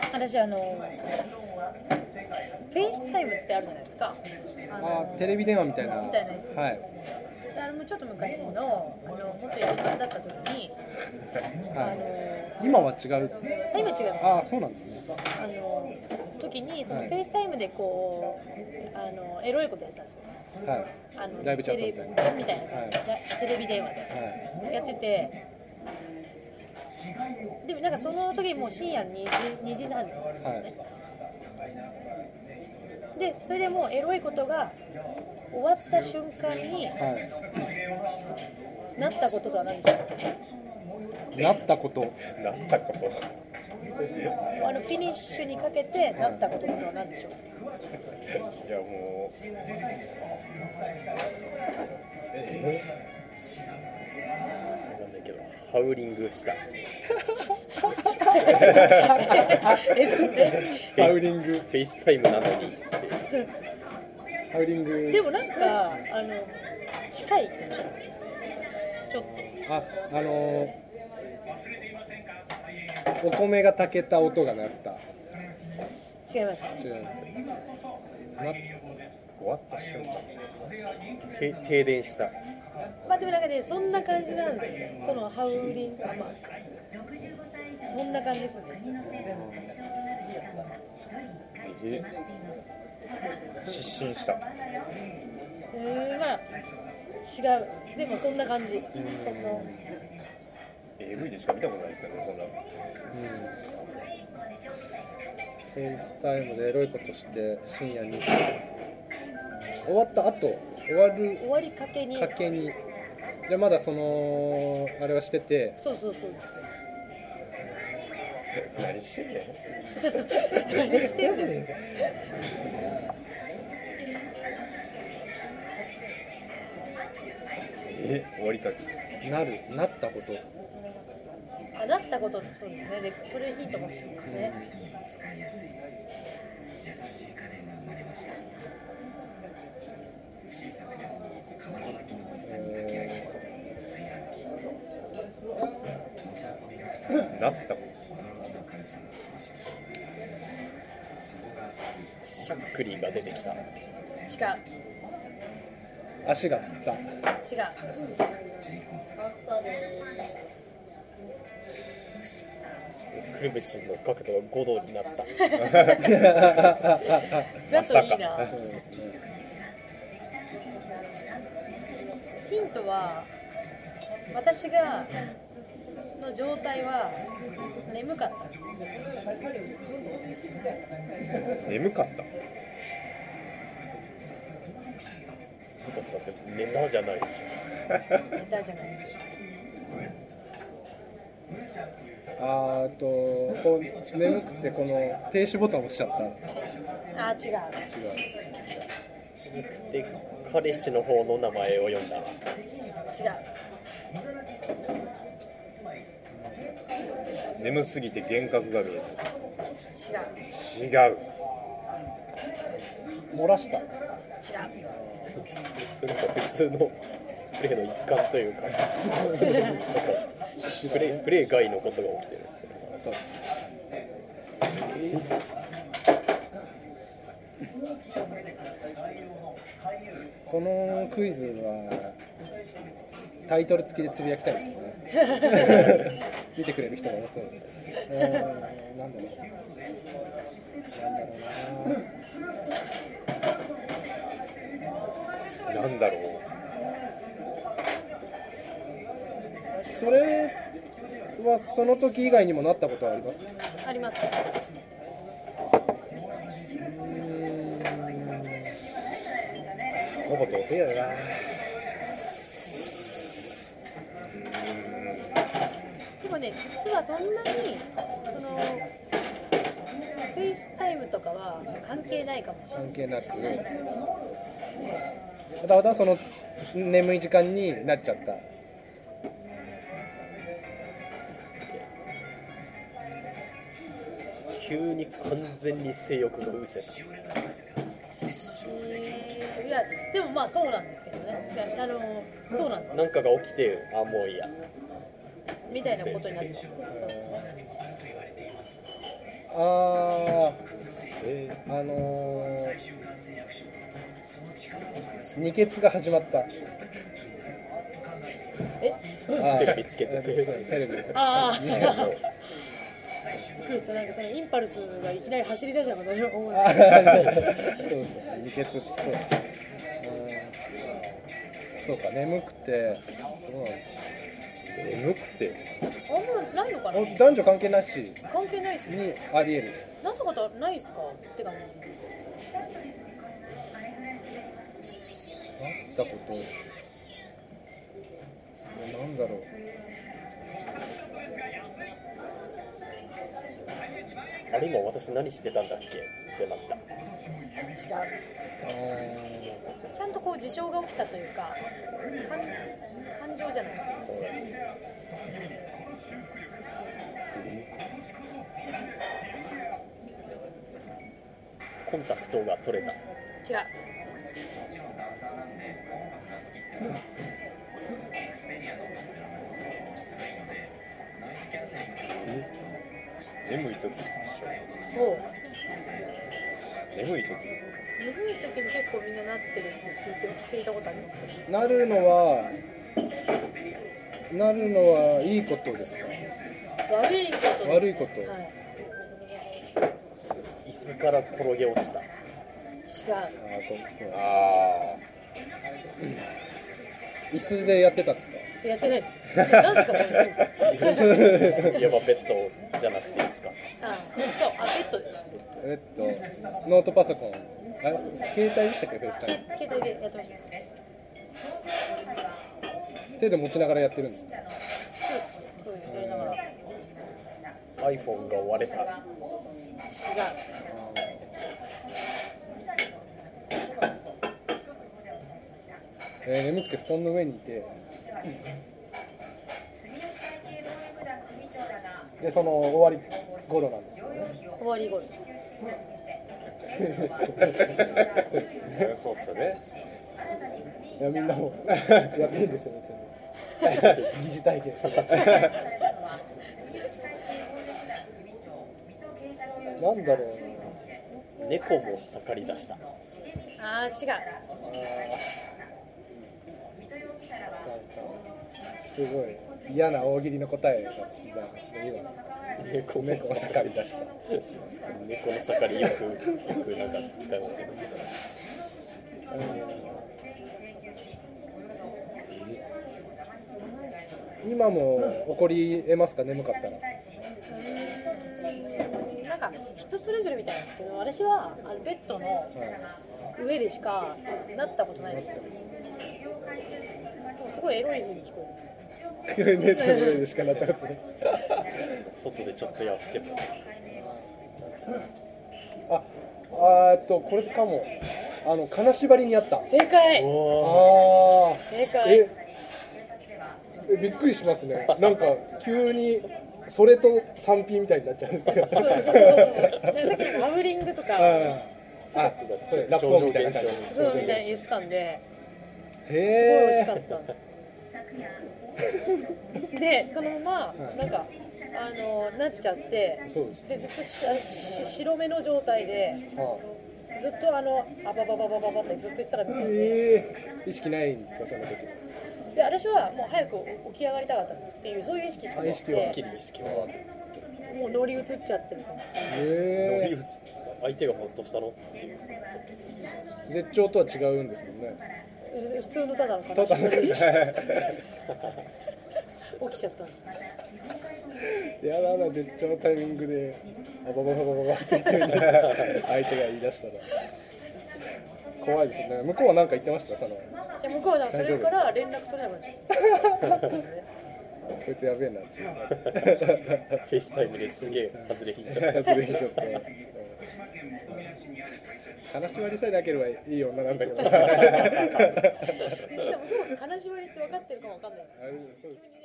私フェイスタイムってあるじゃないですか。 テレビ電話みたいな。 やつ。 はい。 あれもちょっと昔のもっとやり方だった時に、 今は違う。 今違います。 ああ、そうなんですね。 時にそのフェイスタイムでこうエロいことやってたんですよ。 はい。ライブチャットみたいな。 みたいな、テレビ電話でやってて、でもなんかその時もう深夜2時3時、でそれでもうエロいことが終わった瞬間に、なったことが何でしょう。 なったことフィニッシュにかけてなったことは何でしょう。 いやもうなんだけどハウリングしたハウリングフェイスタイムなのにハウリングでもなんか近いでしょちょっとお米が炊けた音が鳴った。 違います。 違う。 終わった瞬間停電した。 まあでもなんかねそんな感じなんですよね。そのハウリングそんな感じですね。 失神した。 まあ違う。でもそんな感じ。 AV でしか見たことないですからね、そんな。 フェイスタイムでエロいことして深夜に終わった後終わりかけにじゃまだそのあれはしててそう何してんねん何してんねん終わりかけなったことなったことってそうですね。でそれヒントかもしれないですね。 使いやすい優しい家電が生まれました。小さくても釜の脇の美味しさに炊き上げる炊飯器。持ち運びが負担にならない驚きの軽さの掃除機。底が浅くしゃっくりが出てきた。 違う足がつった違うくるぶしの角度が5度になっただといいな。ヒントは私がの状態は眠かった。 眠かったってネタじゃないでしょ。 ネタじゃないです。 こう眠くてこの停止ボタンを押しちゃった。 違うで彼氏の方の名前を読んだ。 違う眠すぎて幻覚が見える。違う漏らした。 違うそれは普通のプレーの一環というかプレー外のことが起きてる。 そうこのクイズはタイトル付きでつぶやきたいですよね見てくれる人が多そうなんだろうなんだろう。 それはその時以外にもなったことはあります？ あります。 ほぼ童貞やな。 でもね実はそんなにそのフェイスタイムとかは関係ないかもしれない。 関係なくただただその眠い時間になっちゃった。 急に完全に性欲が失せた。 いやでもまあそうなんですけどね。そうなんです。 なんかが起きてもういいやみたいなことになっちゃう。 二血が始まった。 テレビつけてて。 テレビ。 ああ。なんかそのインパルスがいきなり走り出したのかと思う。そう二血そうか眠くて。 眠くて。 ないのかな。 男女関係なし。 関係ないですね。 にありえる。 なったことないですか。ってか。なったことなんだろう。 あれ今私何してたんだっけってなった。 違う。ちゃんとこう事象が起きたというか感情じゃない。 コンタクトが取れた。 違う。 眠い時でしょ。 そう。 眠い時に結構みんななってるって聞いたことありますけど。 なるのはいいことですか。 悪いことです。 悪いこと。 はい、 椅子から転げ落ちた。 違う。 椅子でやってたんですか。 やってないです。なんですかそれ。いやベッドじゃなくていいですか。 そうベッドです。 ノートパソコン。携帯でしたっけフェイスタイム。 携帯でやってました。 手で持ちながらやってるんですか。 そうやりながら。 iPhone が割れた。違う。 眠くて布団の上にいて、でその終わり頃なんですよね。 終わり頃。 そうっすよね。 いやみんなもやっていいんですよ別に。疑似体験して。なんだろう。 猫も盛り出した。 違う。 すごい嫌な大喜利の答えが今猫を盛り出した。 猫の盛りよくなんか使いますよね。 今も起こり得ますか眠かったら。 なんか人それぞれみたいなんですけど、私はベッドの上でしかなったことないですよ。すごいエロい風に聞こえる。 ネットの上でしかなったことない。 外でちょっとやっても。 これかも。金縛りにあった。 正解。正解。 びっくりしますね。なんか急にそれと3品みたいになっちゃうんですよ。そう。さっきのハブリングとか。 ラップみたいな感じ。 そうみたいに言ってたんで。 すごい美味しかった。でそのままなんかなっちゃって、でずっと白目の状態で、ずっとアババババババってずっと言ってたら見て、 意識ないんですかその時。 で私はもう早く起き上がりたかったっていうそういう意識しかなくて、もう乗り移っちゃってるかも。 相手がほっとしたのっていう。 絶頂とは違うんですもんね。 普通のただの悲しみ起きちゃったんです。 やだな、絶頂のタイミングでババババババって言ってみたいな相手が言い出したら怖いですね。向こうは何か言ってました？向こうはそれから連絡取れなくなっちゃった。 こいつやべえなって。 フェイスタイムですげえ外れ引いちゃった。 金縛りさえなければいい女なんだけど。 しかも金縛りって分かってるかも分かんないです。